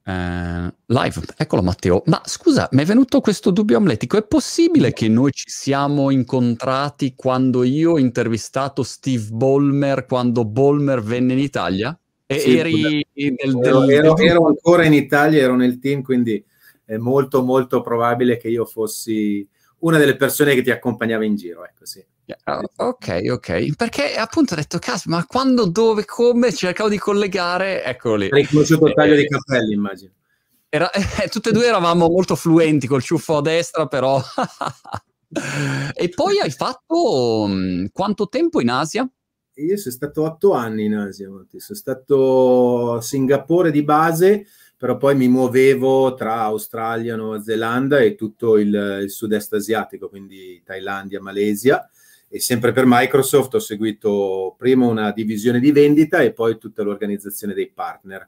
Live, eccolo Matteo. Ma scusa, mi è venuto questo dubbio amletico. È possibile che noi ci siamo incontrati quando io ho intervistato Steve Ballmer, quando Ballmer venne in Italia? E Sì, eri ero ancora in Italia, ero nel team, quindi è molto molto probabile che io fossi una delle persone che ti accompagnava in giro, ecco, sì. Ok, perché appunto ho detto, caspita, ma quando, dove, come, cercavo di collegare, eccolo lì. Hai riconosciuto il taglio dei capelli, immagino. Tutte e due eravamo molto fluenti col ciuffo a destra, però... E poi hai fatto quanto tempo in Asia? Io sono stato 8 anni in Asia, sono stato a Singapore di base, però poi mi muovevo tra Australia, Nuova Zelanda e tutto il sud-est asiatico, quindi Thailandia, Malesia, e sempre per Microsoft ho seguito prima una divisione di vendita e poi tutta l'organizzazione dei partner.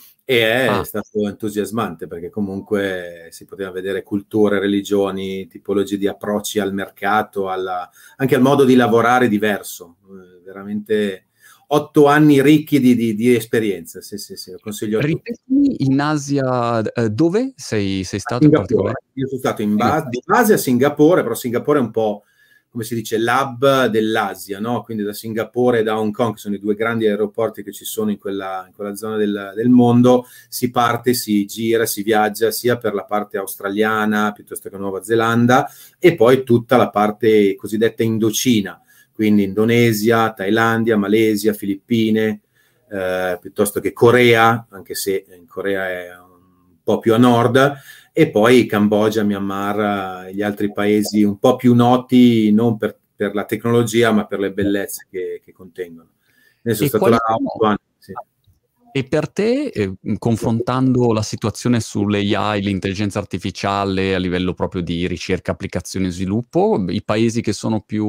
E è stato entusiasmante perché comunque si poteva vedere culture, religioni, tipologie di approcci al mercato, anche al modo di lavorare diverso. Veramente 8 anni ricchi di esperienza. Sì, lo consiglio a tutti. Ripetimi, in Asia, dove sei stato in particolare? Io sono stato di base a Singapore, però Singapore è un po', come si dice, l'hub dell'Asia, no? Quindi da Singapore e da Hong Kong, che sono i due grandi aeroporti che ci sono in quella zona del mondo, si parte, si gira, si viaggia sia per la parte australiana piuttosto che Nuova Zelanda e poi tutta la parte cosiddetta Indocina, quindi Indonesia, Thailandia, Malesia, Filippine, piuttosto che Corea, anche se in Corea è un po' più a nord, e poi Cambogia, Myanmar, gli altri paesi un po' più noti non per la tecnologia ma per le bellezze che contengono. Adesso sono stato là 8 anni. Sì. E per te, confrontando la situazione sull'AI, l'intelligenza artificiale a livello proprio di ricerca, applicazione e sviluppo, i paesi che sono più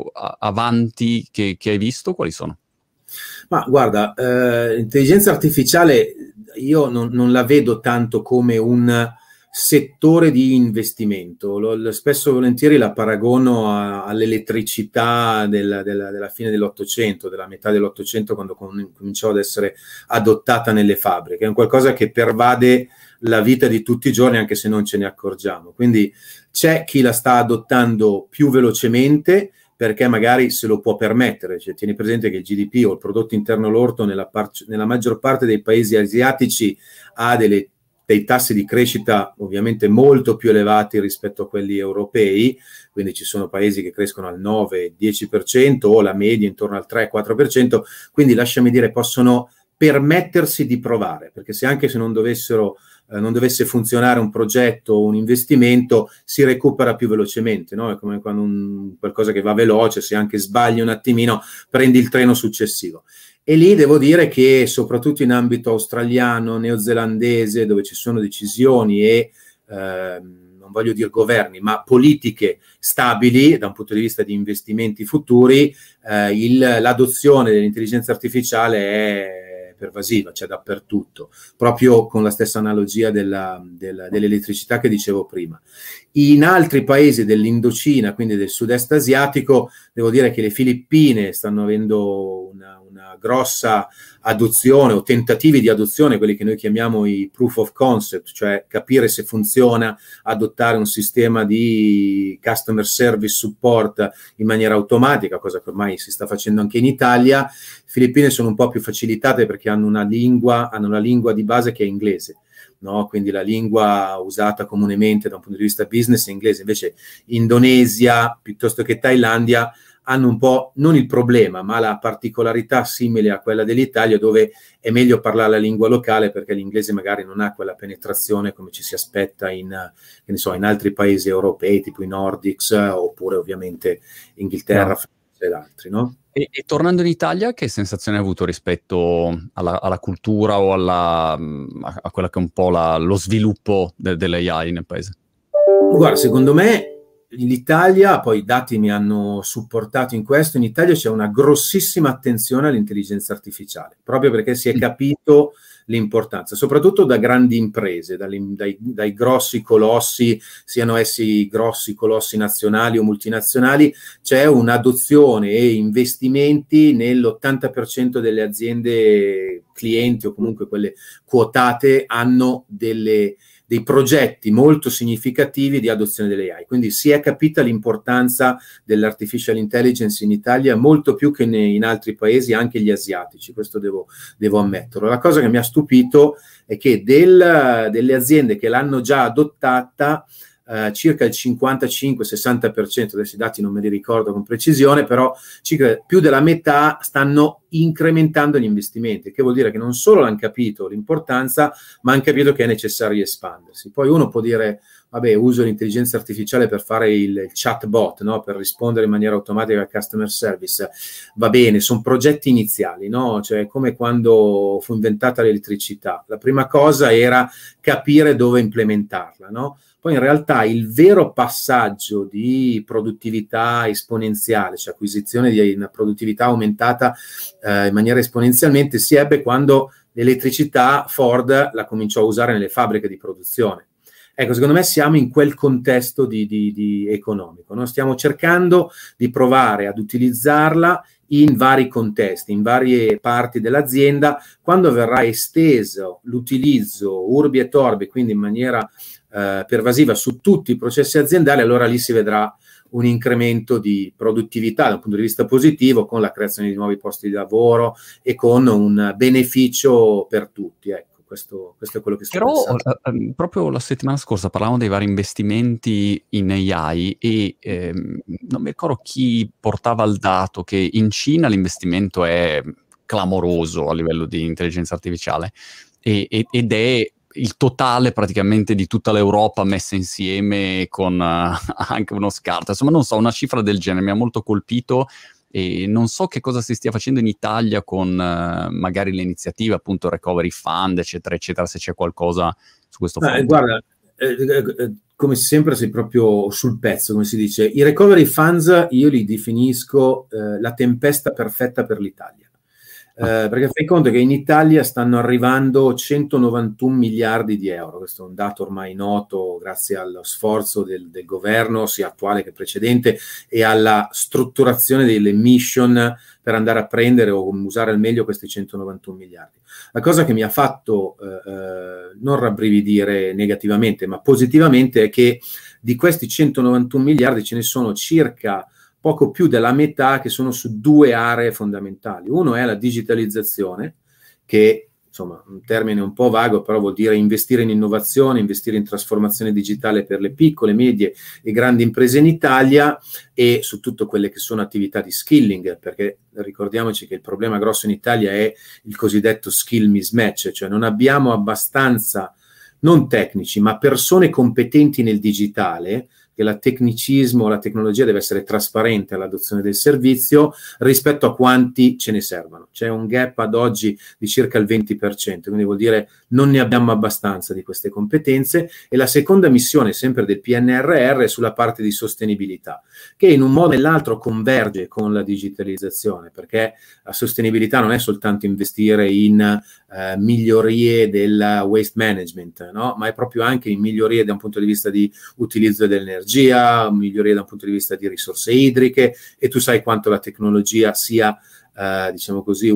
avanti che hai visto, quali sono? Ma guarda, l'intelligenza artificiale io non la vedo tanto come un settore di investimento. Spesso e volentieri la paragono all'elettricità della fine dell'Ottocento, della metà dell'Ottocento, quando cominciò ad essere adottata nelle fabbriche. È un qualcosa che pervade la vita di tutti i giorni, anche se non ce ne accorgiamo. Quindi c'è chi la sta adottando più velocemente, perché magari se lo può permettere. Cioè, tieni presente che il GDP o il prodotto interno lordo nella maggior parte dei paesi asiatici ha dei tassi di crescita ovviamente molto più elevati rispetto a quelli europei, quindi ci sono paesi che crescono al 9-10% o la media intorno al 3-4%, quindi lasciami dire possono permettersi di provare, perché anche se non dovesse funzionare un progetto o un investimento, si recupera più velocemente, no? È come quando qualcosa che va veloce, se anche sbagli un attimino, prendi il treno successivo. E lì devo dire che soprattutto in ambito australiano, neozelandese, dove ci sono decisioni e non voglio dire governi, ma politiche stabili da un punto di vista di investimenti futuri, l'adozione dell'intelligenza artificiale è pervasiva, c'è dappertutto, proprio con la stessa analogia dell'elettricità che dicevo prima. In altri paesi dell'Indocina, quindi del sud-est asiatico, devo dire che le Filippine stanno avendo una grossa adozione o tentativi di adozione, quelli che noi chiamiamo i proof of concept, cioè capire se funziona, adottare un sistema di customer service support in maniera automatica, cosa che ormai si sta facendo anche in Italia. Le Filippine sono un po' più facilitate perché hanno una lingua di base che è inglese. No? Quindi la lingua usata comunemente da un punto di vista business è inglese, invece Indonesia piuttosto che Thailandia hanno un po' non il problema, ma la particolarità simile a quella dell'Italia, dove è meglio parlare la lingua locale perché l'inglese magari non ha quella penetrazione come ci si aspetta in altri paesi europei, tipo i Nordics, oppure ovviamente Inghilterra, Francia ed altri, no? E tornando in Italia, che sensazione hai avuto rispetto alla cultura o a quella che è un po' lo sviluppo dell'AI nel paese? Guarda, secondo me l'Italia, poi i dati mi hanno supportato in questo, in Italia c'è una grossissima attenzione all'intelligenza artificiale, proprio perché si è capito l'importanza, soprattutto da grandi imprese, dai grossi colossi, siano essi grossi colossi nazionali o multinazionali, c'è un'adozione e investimenti nell'80% delle aziende clienti o comunque quelle quotate hanno dei progetti molto significativi di adozione delle AI. Quindi si è capita l'importanza dell'artificial intelligence in Italia molto più che in altri paesi, anche gli asiatici, questo devo ammetterlo. La cosa che mi ha stupito è che delle aziende che l'hanno già adottata, circa il 55-60%, adesso i dati non me li ricordo con precisione, però circa più della metà stanno incrementando gli investimenti, che vuol dire che non solo hanno capito l'importanza, ma hanno capito che è necessario espandersi. Poi uno può dire, vabbè, uso l'intelligenza artificiale per fare il chatbot, no? Per rispondere in maniera automatica al customer service. Va bene, sono progetti iniziali, no? Cioè, come quando fu inventata l'elettricità. La prima cosa era capire dove implementarla, no? Poi in realtà il vero passaggio di produttività esponenziale, cioè acquisizione di una produttività aumentata in maniera esponenzialmente, si ebbe quando l'elettricità Ford la cominciò a usare nelle fabbriche di produzione. Ecco, secondo me siamo in quel contesto di economico, no? Stiamo cercando di provare ad utilizzarla in vari contesti, in varie parti dell'azienda. Quando verrà esteso l'utilizzo urbi et orbi, quindi in maniera pervasiva su tutti i processi aziendali, allora lì si vedrà un incremento di produttività da un punto di vista positivo, con la creazione di nuovi posti di lavoro e con un beneficio per tutti. Ecco, questo è quello che sto pensando. Però proprio la settimana scorsa parlavamo dei vari investimenti in AI e non mi ricordo chi portava il dato che in Cina l'investimento è clamoroso a livello di intelligenza artificiale ed è il totale praticamente di tutta l'Europa messa insieme con anche uno scarto. Insomma, non so, una cifra del genere mi ha molto colpito e non so che cosa si stia facendo in Italia con magari le iniziative, appunto Recovery Fund, eccetera, eccetera, se c'è qualcosa su questo fronte. Guarda, come sempre sei proprio sul pezzo, come si dice. I Recovery Funds io li definisco la tempesta perfetta per l'Italia. Perché fai conto che in Italia stanno arrivando 191 miliardi di euro, questo è un dato ormai noto grazie allo sforzo del governo sia attuale che precedente e alla strutturazione delle mission per andare a prendere o usare al meglio questi 191 miliardi. La cosa che mi ha fatto non rabbrividire negativamente ma positivamente è che di questi 191 miliardi ce ne sono circa poco più della metà che sono su due aree fondamentali. Uno è la digitalizzazione, che insomma un termine un po' vago, però vuol dire investire in innovazione, investire in trasformazione digitale per le piccole, medie e grandi imprese in Italia e su tutto quelle che sono attività di skilling, perché ricordiamoci che il problema grosso in Italia è il cosiddetto skill mismatch, cioè non abbiamo abbastanza, non tecnici, ma persone competenti nel digitale, che il tecnicismo, la tecnologia deve essere trasparente all'adozione del servizio rispetto a quanti ce ne servono. C'è un gap ad oggi di circa il 20%, quindi vuol dire non ne abbiamo abbastanza di queste competenze. E la seconda missione, sempre del PNRR, è sulla parte di sostenibilità, che in un modo o nell'altro converge con la digitalizzazione, perché la sostenibilità non è soltanto investire in migliorie del waste management, no? Ma è proprio anche in migliorie da un punto di vista di utilizzo dell'energia, migliorie da un punto di vista di risorse idriche, e tu sai quanto la tecnologia sia, diciamo così,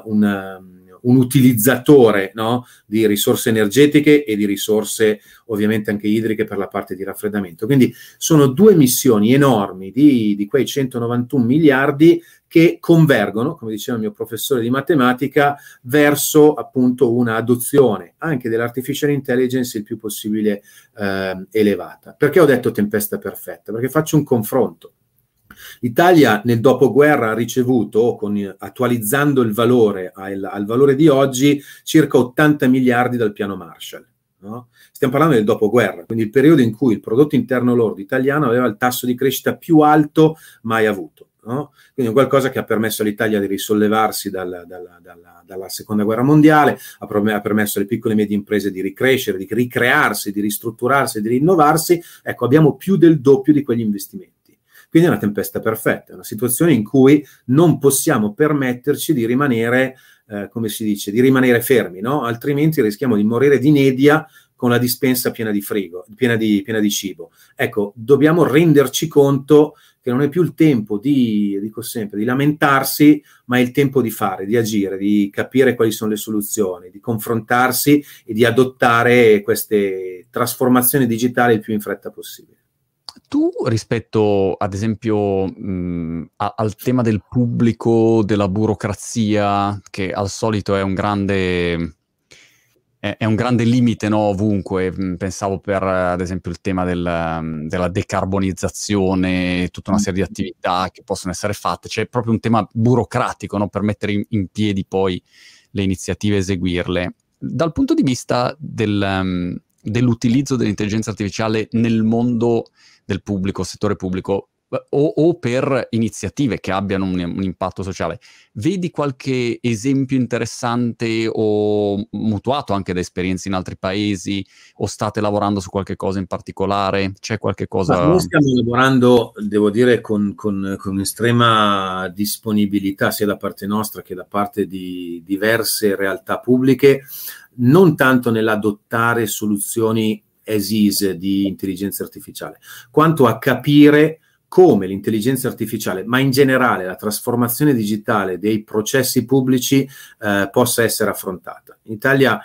un utilizzatore, no? Di risorse energetiche e di risorse ovviamente anche idriche per la parte di raffreddamento. Quindi sono due missioni enormi di quei 191 miliardi che convergono, come diceva il mio professore di matematica, verso appunto una adozione anche dell'artificial intelligence il più possibile elevata. Perché ho detto tempesta perfetta? Perché faccio un confronto. L'Italia nel dopoguerra ha ricevuto, attualizzando il valore al valore di oggi, circa 80 miliardi dal piano Marshall. No? Stiamo parlando del dopoguerra, quindi il periodo in cui il prodotto interno lordo italiano aveva il tasso di crescita più alto mai avuto. No? Quindi è qualcosa che ha permesso all'Italia di risollevarsi dalla seconda guerra mondiale, ha permesso alle piccole e medie imprese di ricrescere, di ricrearsi, di ristrutturarsi, di rinnovarsi. Ecco, abbiamo più del doppio di quegli investimenti. Quindi è una tempesta perfetta, è una situazione in cui non possiamo permetterci di rimanere, come si dice, di rimanere fermi, no? Altrimenti rischiamo di morire di inedia con la dispensa piena di frigo, piena di cibo. Ecco, dobbiamo renderci conto che non è più il tempo di, dico sempre, di lamentarsi, ma è il tempo di fare, di agire, di capire quali sono le soluzioni, di confrontarsi e di adottare queste trasformazioni digitali il più in fretta possibile. Tu rispetto, ad esempio, al tema del pubblico, della burocrazia, che al solito è un grande, è un grande limite, no, ovunque. Pensavo per, ad esempio, il tema della decarbonizzazione, tutta una serie di attività che possono essere fatte. C'è proprio un tema burocratico, no, per mettere in piedi poi le iniziative e eseguirle. Dal punto di vista dell'utilizzo dell'intelligenza artificiale nel mondo del pubblico, settore pubblico, o per iniziative che abbiano un impatto sociale, vedi qualche esempio interessante o mutuato anche da esperienze in altri paesi, o state lavorando su qualche cosa in particolare? C'è qualche cosa? Noi stiamo lavorando, devo dire, con estrema disponibilità sia da parte nostra che da parte di diverse realtà pubbliche, non tanto nell'adottare soluzioni as-is di intelligenza artificiale, quanto a capire come l'intelligenza artificiale, ma in generale la trasformazione digitale dei processi pubblici possa essere affrontata. In Italia,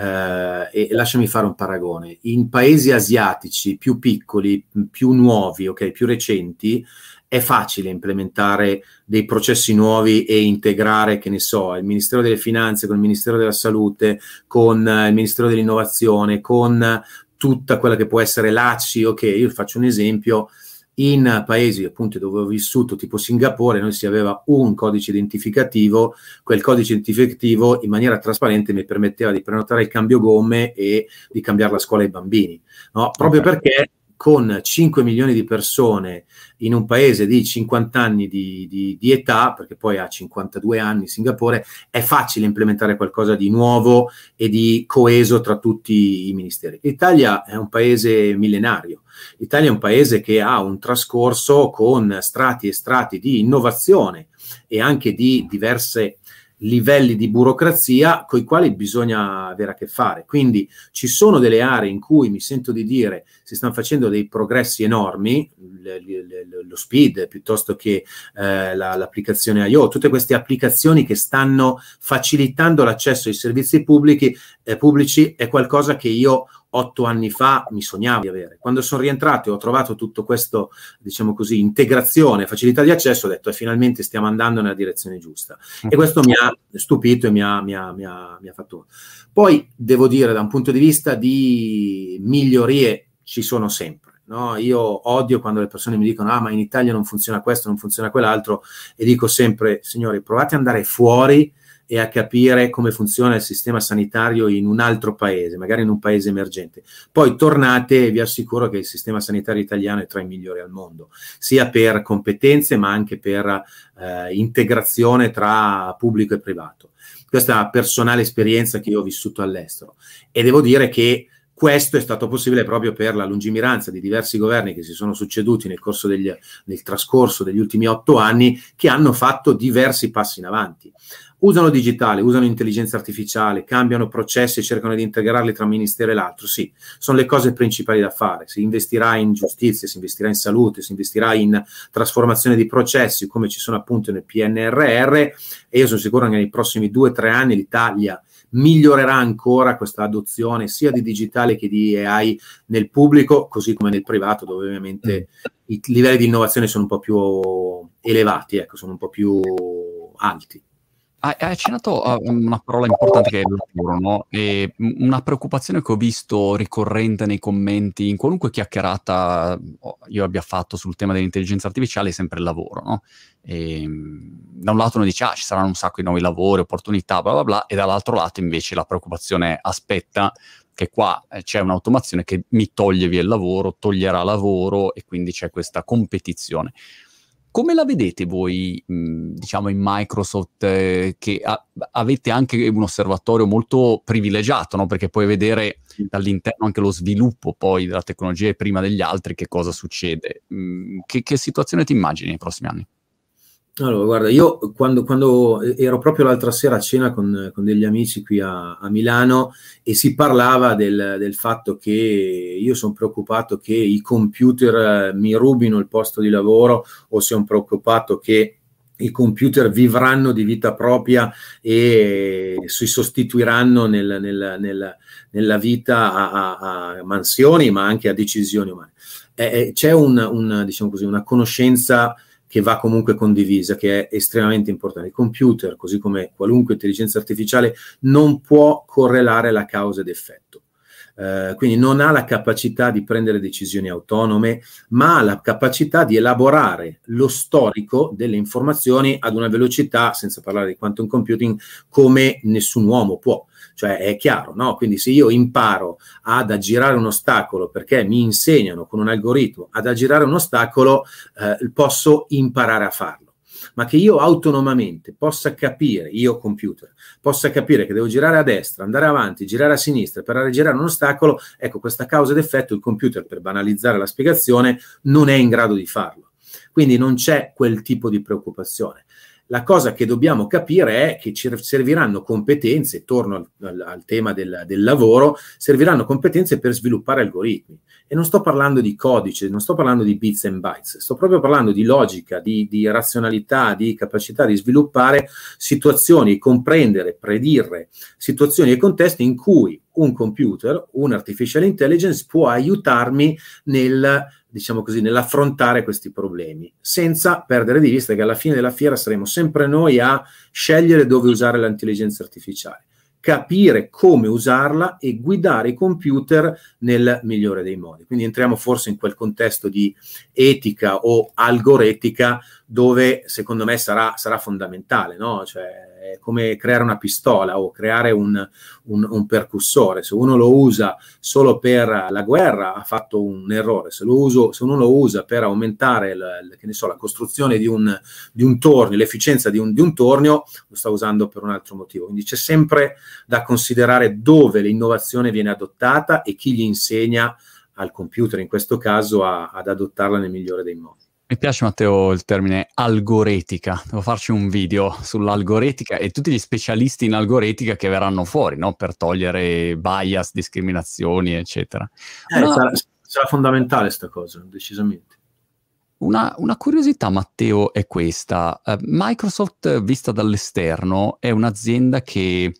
e lasciami fare un paragone, in paesi asiatici più piccoli, più nuovi, okay, più recenti, è facile implementare dei processi nuovi e integrare, che ne so, il Ministero delle Finanze con il Ministero della Salute, con il Ministero dell'Innovazione, con tutta quella che può essere l'ACI. Ok, io faccio un esempio. In paesi appunto dove ho vissuto, tipo Singapore, noi si aveva un codice identificativo, quel codice identificativo in maniera trasparente mi permetteva di prenotare il cambio gomme e di cambiare la scuola ai bambini, no? Proprio perché con 5 milioni di persone in un paese di 50 anni di età, perché poi ha 52 anni Singapore, è facile implementare qualcosa di nuovo e di coeso tra tutti i ministeri. L'Italia è un paese millenario. L'Italia è un paese che ha un trascorso con strati e strati di innovazione e anche di diverse livelli di burocrazia con i quali bisogna avere a che fare. Quindi ci sono delle aree in cui mi sento di dire si stanno facendo dei progressi enormi, lo SPID piuttosto che l'applicazione IO, tutte queste applicazioni che stanno facilitando l'accesso ai servizi pubblici è qualcosa che io 8 anni fa mi sognavo di avere. Quando sono rientrato e ho trovato tutto questo, diciamo così, integrazione, facilità di accesso, ho detto finalmente stiamo andando nella direzione giusta. E questo mi ha stupito e mi ha fatto. Poi devo dire, da un punto di vista di migliorie ci sono sempre. No? Io odio quando le persone mi dicono ma in Italia non funziona questo, non funziona quell'altro, e dico sempre, signori, provate ad andare fuori e a capire come funziona il sistema sanitario in un altro paese, magari in un paese emergente. Poi tornate e vi assicuro che il sistema sanitario italiano è tra i migliori al mondo, sia per competenze ma anche per integrazione tra pubblico e privato. Questa è una personale esperienza che io ho vissuto all'estero e devo dire che questo è stato possibile proprio per la lungimiranza di diversi governi che si sono succeduti nel trascorso degli ultimi 8 anni, che hanno fatto diversi passi in avanti. Usano digitale, usano intelligenza artificiale, cambiano processi e cercano di integrarli tra un ministero e l'altro. Sì, sono le cose principali da fare. Si investirà in giustizia, si investirà in salute, si investirà in trasformazione di processi, come ci sono appunto nel PNRR, e io sono sicuro che nei prossimi 2-3 anni l'Italia migliorerà ancora questa adozione sia di digitale che di AI nel pubblico, così come nel privato, dove ovviamente i livelli di innovazione sono un po' più elevati, ecco, sono un po' più alti. Hai accennato a una parola importante che è il lavoro, no? E una preoccupazione che ho visto ricorrente nei commenti in qualunque chiacchierata io abbia fatto sul tema dell'intelligenza artificiale è sempre il lavoro, no? E, da un lato uno dice ci saranno un sacco di nuovi lavori, opportunità, bla bla bla, e dall'altro lato invece la preoccupazione è aspetta che qua c'è un'automazione che mi toglie via il lavoro, toglierà lavoro e quindi c'è questa competizione. Come la vedete voi, diciamo, in Microsoft, che avete anche un osservatorio molto privilegiato, no? Perché puoi vedere dall'interno anche lo sviluppo poi della tecnologia prima degli altri, che cosa succede. Che situazione ti immagini nei prossimi anni? Allora, guarda, io quando ero proprio l'altra sera a cena con degli amici qui a Milano e si parlava del fatto che io sono preoccupato che i computer mi rubino il posto di lavoro, o sono preoccupato che i computer vivranno di vita propria e si sostituiranno nella vita a mansioni, ma anche a decisioni umane. C'è diciamo così, una conoscenza che va comunque condivisa, che è estremamente importante. Il computer, così come qualunque intelligenza artificiale, non può correlare la causa ed effetto. Quindi non ha la capacità di prendere decisioni autonome, ma ha la capacità di elaborare lo storico delle informazioni ad una velocità, senza parlare di quantum computing, come nessun uomo può. Cioè è chiaro, no? Quindi se io imparo ad aggirare un ostacolo perché mi insegnano con un algoritmo ad aggirare un ostacolo, posso imparare a farlo. Ma che io autonomamente possa capire, io computer, possa capire che devo girare a destra, andare avanti, girare a sinistra per aggirare un ostacolo, ecco, questa causa ed effetto il computer, per banalizzare la spiegazione, non è in grado di farlo. Quindi non c'è quel tipo di preoccupazione. La cosa che dobbiamo capire è che ci serviranno competenze, torno al tema del lavoro, serviranno competenze per sviluppare algoritmi. E non sto parlando di codice, non sto parlando di bits and bytes, sto proprio parlando di logica, di razionalità, di capacità di sviluppare situazioni, comprendere, predire situazioni e contesti in cui un computer, un artificial intelligence può aiutarmi diciamo così, nell'affrontare questi problemi, senza perdere di vista che alla fine della fiera saremo sempre noi a scegliere dove usare l'intelligenza artificiale, capire come usarla e guidare i computer nel migliore dei modi. Quindi entriamo forse in quel contesto di etica o algoretica dove secondo me sarà fondamentale, no? Cioè è come creare una pistola o creare un percussore. Se uno lo usa solo per la guerra ha fatto un errore, se uno lo usa per aumentare che ne so, la costruzione di un tornio, l'efficienza di un tornio, lo sta usando per un altro motivo. Quindi c'è sempre da considerare dove l'innovazione viene adottata e chi gli insegna al computer, in questo caso, ad adottarla nel migliore dei modi. Mi piace, Matteo, il termine algoretica. Devo farci un video sull'algoretica e tutti gli specialisti in algoretica che verranno fuori, no? Per togliere bias, discriminazioni, eccetera. Sarà fondamentale sta cosa, decisamente. Una curiosità, Matteo, è questa. Microsoft, vista dall'esterno, è un'azienda che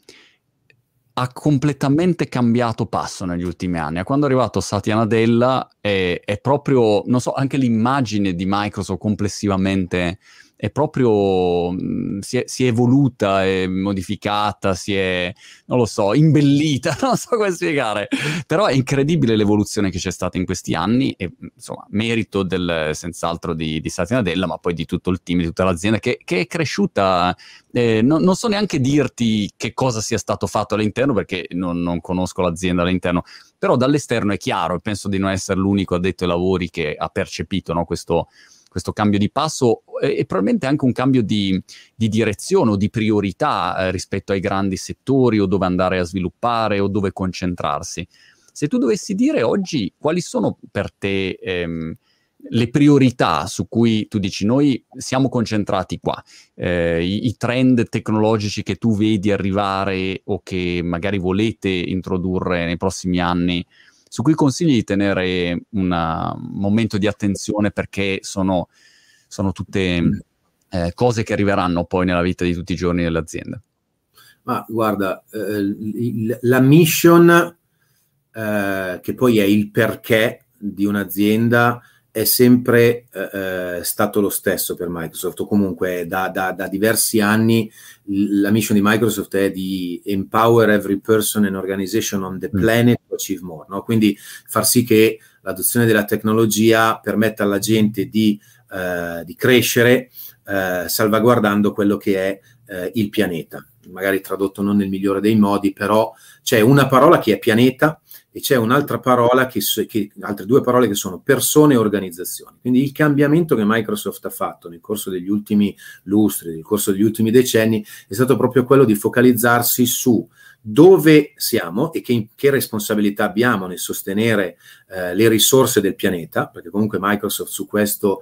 ha completamente cambiato passo negli ultimi anni. Quando è arrivato Satya Nadella è proprio, non so, anche l'immagine di Microsoft complessivamente è proprio, si è evoluta, è modificata, non lo so, imbellita, non so come spiegare. Però è incredibile l'evoluzione che c'è stata in questi anni e, insomma, merito senz'altro di Satya Nadella, ma poi di tutto il team, di tutta l'azienda che è cresciuta. Non so neanche dirti che cosa sia stato fatto all'interno perché non conosco l'azienda all'interno, però dall'esterno è chiaro e penso di non essere l'unico addetto ai lavori che ha percepito, no, questo cambio di passo e probabilmente anche un cambio di direzione o di priorità rispetto ai grandi settori o dove andare a sviluppare o dove concentrarsi. Se tu dovessi dire oggi quali sono per te le priorità su cui tu dici noi siamo concentrati qua, i trend tecnologici che tu vedi arrivare o che magari volete introdurre nei prossimi anni, su cui consigli di tenere un momento di attenzione perché sono tutte cose che arriveranno poi nella vita di tutti i giorni dell'azienda? Ma guarda, la mission, che poi è il perché di un'azienda, è sempre stato lo stesso per Microsoft, o comunque da diversi anni la mission di Microsoft è di empower every person and organization on the planet to achieve more, no? Quindi far sì che l'adozione della tecnologia permetta alla gente di crescere salvaguardando quello che è il pianeta. Magari tradotto non nel migliore dei modi, però c'è una parola che è pianeta e c'è un'altra parola altre due parole che sono persone e organizzazioni. Quindi il cambiamento che Microsoft ha fatto nel corso degli ultimi lustri, nel corso degli ultimi decenni, è stato proprio quello di focalizzarsi su dove siamo e che responsabilità abbiamo nel sostenere le risorse del pianeta, perché comunque Microsoft su questo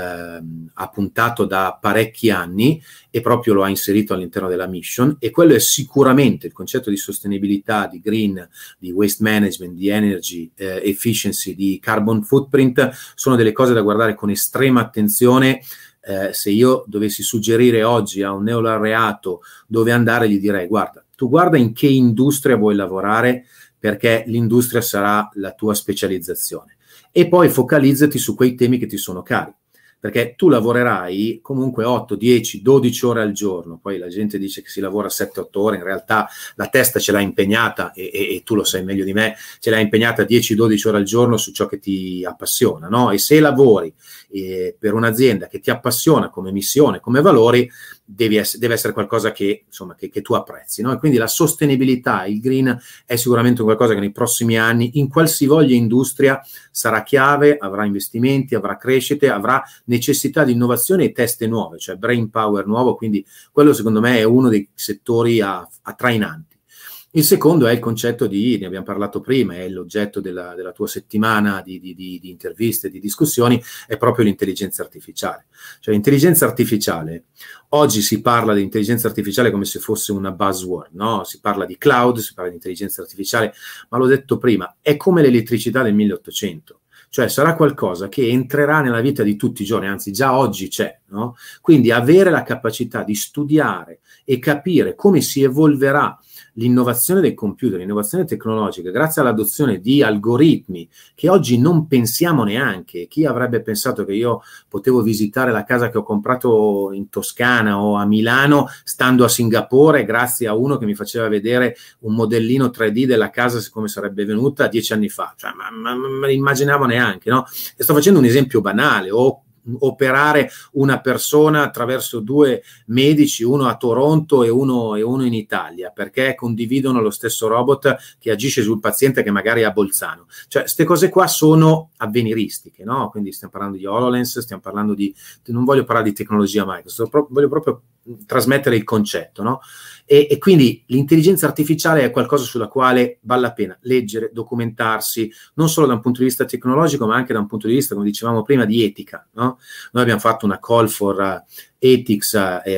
ha puntato da parecchi anni e proprio lo ha inserito all'interno della mission, e quello è sicuramente il concetto di sostenibilità, di green, di waste management, di energy efficiency, di carbon footprint, sono delle cose da guardare con estrema attenzione. Se io dovessi suggerire oggi a un neolaureato dove andare, gli direi: guarda, tu guarda in che industria vuoi lavorare, perché l'industria sarà la tua specializzazione, e poi focalizzati su quei temi che ti sono cari, perché tu lavorerai comunque 8, 10, 12 ore al giorno. Poi la gente dice che si lavora 7-8 ore, in realtà la testa ce l'ha impegnata, e tu lo sai meglio di me, ce l'ha impegnata 10-12 ore al giorno su ciò che ti appassiona, no? E se lavori per un'azienda che ti appassiona come missione, come valori, deve essere qualcosa che, insomma, che tu apprezzi, no? E quindi la sostenibilità, il green, è sicuramente qualcosa che nei prossimi anni, in qualsivoglia industria, sarà chiave, avrà investimenti, avrà crescite, avrà necessità di innovazione e teste nuove, cioè brain power nuovo, quindi quello secondo me è uno dei settori a trainanti. Il secondo è il concetto ne abbiamo parlato prima, è l'oggetto della tua settimana di interviste, di discussioni, è proprio l'intelligenza artificiale. Cioè l'intelligenza artificiale, oggi si parla di intelligenza artificiale come se fosse una buzzword, no? Si parla di cloud, si parla di intelligenza artificiale, ma l'ho detto prima, è come l'elettricità del 1800. Cioè sarà qualcosa che entrerà nella vita di tutti i giorni, anzi già oggi c'è, no? Quindi avere la capacità di studiare e capire come si evolverà l'innovazione del computer, l'innovazione tecnologica, grazie all'adozione di algoritmi che oggi non pensiamo neanche. Chi avrebbe pensato che io potevo visitare la casa che ho comprato in Toscana o a Milano stando a Singapore, grazie a uno che mi faceva vedere un modellino 3D della casa come sarebbe venuta 10 anni fa? Cioè, ma me l'immaginavo neanche, no? E sto facendo un esempio banale, o operare una persona attraverso 2 medici, uno a Toronto e uno in Italia, perché condividono lo stesso robot che agisce sul paziente che magari è a Bolzano. Cioè, queste cose qua sono avveniristiche, no? Quindi stiamo parlando di HoloLens, stiamo parlando non voglio parlare di tecnologia Microsoft, voglio proprio trasmettere il concetto, no? E quindi l'intelligenza artificiale è qualcosa sulla quale vale la pena leggere, documentarsi, non solo da un punto di vista tecnologico, ma anche da un punto di vista, come dicevamo prima, di etica, no? Noi abbiamo fatto una call for ethics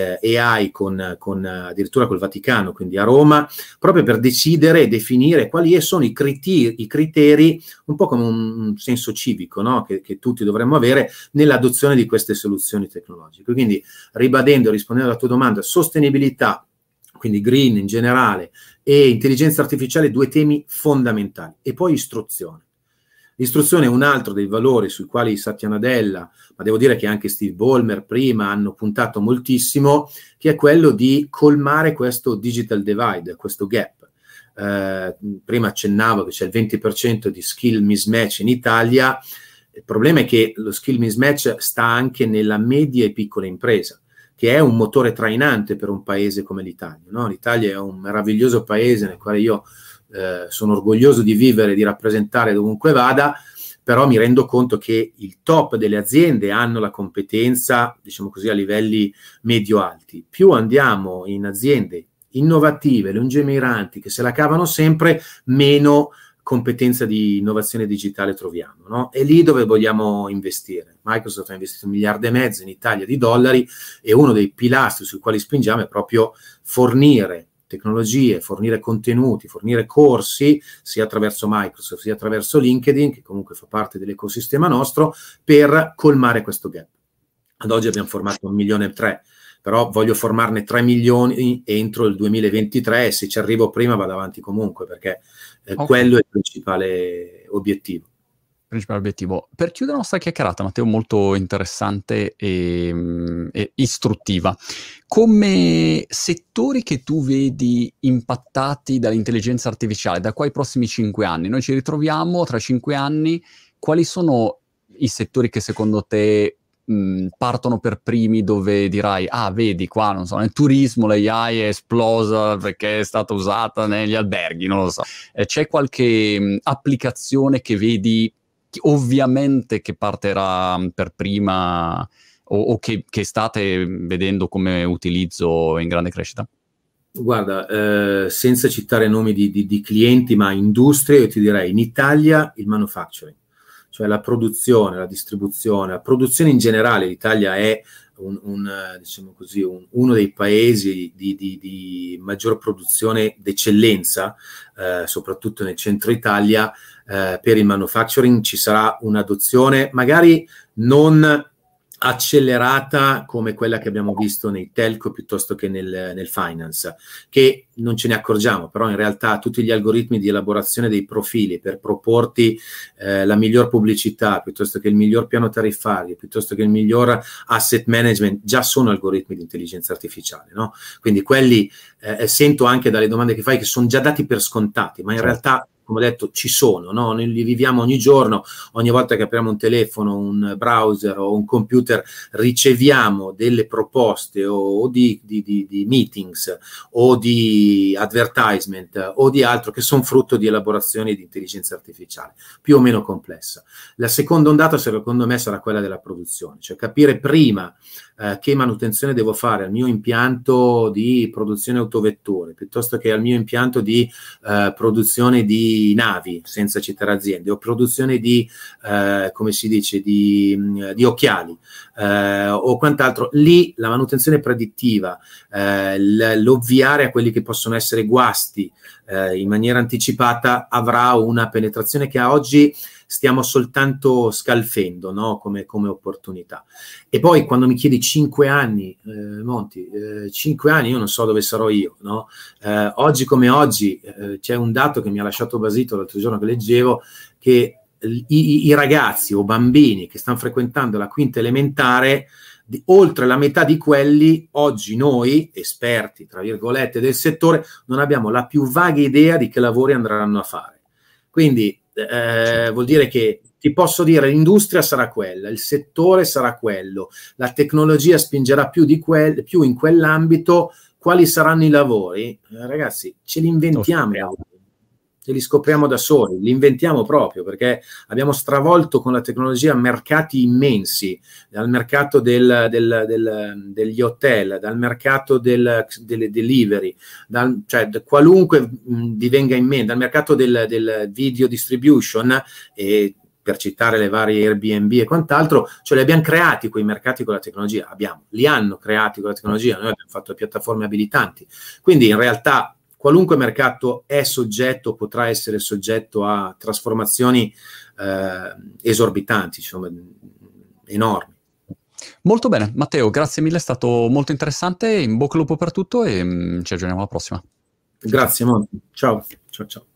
AI addirittura col Vaticano, quindi a Roma, proprio per decidere e definire quali sono i criteri, un po' come un senso civico, no? che tutti dovremmo avere nell'adozione di queste soluzioni tecnologiche. Quindi, ribadendo, rispondendo alla tua domanda, sostenibilità, quindi green in generale, e intelligenza artificiale, 2 temi fondamentali. E poi istruzione. L'istruzione è un altro dei valori sui quali Satya Nadella, ma devo dire che anche Steve Ballmer prima, hanno puntato moltissimo, che è quello di colmare questo digital divide, questo gap. Prima accennavo che c'è il 20% di skill mismatch in Italia. Il problema è che lo skill mismatch sta anche nella media e piccola impresa, che è un motore trainante per un paese come l'Italia, no? L'Italia è un meraviglioso paese nel quale io sono orgoglioso di vivere, di rappresentare dovunque vada, però mi rendo conto che il top delle aziende hanno la competenza, diciamo così, a livelli medio-alti. Più andiamo in aziende innovative, lungimiranti, che se la cavano sempre, meno competenza di innovazione digitale troviamo, no? È lì dove vogliamo investire. Microsoft ha investito $1,5 miliardi in Italia di dollari, e uno dei pilastri sui quali spingiamo è proprio fornire tecnologie, fornire contenuti, fornire corsi, sia attraverso Microsoft, sia attraverso LinkedIn, che comunque fa parte dell'ecosistema nostro, per colmare questo gap. Ad oggi abbiamo formato 1,3 milioni, però voglio formarne 3 milioni entro il 2023, e se ci arrivo prima vado avanti comunque, perché quello è il principale obiettivo. Per chiudere la nostra chiacchierata, Matteo, molto interessante e istruttiva, come settori che tu vedi impattati dall'intelligenza artificiale da qua ai prossimi 5 anni, noi ci ritroviamo tra 5 anni, quali sono i settori che secondo te partono per primi, dove dirai, vedi qua, non so, nel turismo l'AI è esplosa perché è stata usata negli alberghi, non lo so. C'è qualche applicazione che vedi ovviamente che partirà per prima o che state vedendo come utilizzo in grande crescita? Guarda, senza citare nomi di clienti, ma industrie, io ti direi in Italia il manufacturing, cioè la produzione, la distribuzione, la produzione in generale. L'Italia è diciamo così, uno dei paesi di maggior produzione d'eccellenza, soprattutto nel centro Italia. Per il manufacturing ci sarà un'adozione magari non accelerata come quella che abbiamo visto nei telco piuttosto che nel finance, che non ce ne accorgiamo, però in realtà tutti gli algoritmi di elaborazione dei profili per proporti la miglior pubblicità, piuttosto che il miglior piano tariffario, piuttosto che il miglior asset management, già sono algoritmi di intelligenza artificiale, no? Quindi quelli sento anche dalle domande che fai che sono già dati per scontati, ma in realtà, come ho detto, ci sono, no? Noi li viviamo ogni giorno, ogni volta che apriamo un telefono, un browser o un computer, riceviamo delle proposte o di meetings o di advertisement o di altro che sono frutto di elaborazioni di intelligenza artificiale, più o meno complessa. La seconda ondata, secondo me, sarà quella della produzione, cioè capire prima che manutenzione devo fare al mio impianto di produzione autovetture, piuttosto che al mio impianto di produzione di navi, senza citare aziende, o produzione di, come si dice, di occhiali, o quant'altro. Lì la manutenzione predittiva, l'ovviare a quelli che possono essere guasti in maniera anticipata, avrà una penetrazione che a oggi stiamo soltanto scalfendo, no? come opportunità. E poi quando mi chiedi 5 anni, Monti, 5 anni io non so dove sarò io, no? Oggi come oggi c'è un dato che mi ha lasciato basito l'altro giorno che leggevo, che i ragazzi o bambini che stanno frequentando la quinta elementare, oltre la metà di quelli, oggi noi, esperti, tra virgolette, del settore, non abbiamo la più vaga idea di che lavori andranno a fare. Quindi vuol dire che ti posso dire l'industria sarà quella, il settore sarà quello, la tecnologia spingerà più in quell'ambito. Quali saranno i lavori? Ragazzi, ce li inventiamo, ce li scopriamo da soli, li inventiamo proprio, perché abbiamo stravolto con la tecnologia mercati immensi, dal mercato degli hotel, dal mercato delle delivery, cioè qualunque vi venga in mente, dal mercato del video distribution, e per citare le varie Airbnb e quant'altro, cioè li abbiamo creati quei mercati con la tecnologia, li hanno creati con la tecnologia, noi abbiamo fatto piattaforme abilitanti, quindi in realtà qualunque mercato potrà essere soggetto a trasformazioni esorbitanti, insomma, enormi. Molto bene, Matteo, grazie mille, è stato molto interessante, in bocca al lupo per tutto e ci aggiorniamo alla prossima. Grazie, Monti. Ciao. Ciao, ciao.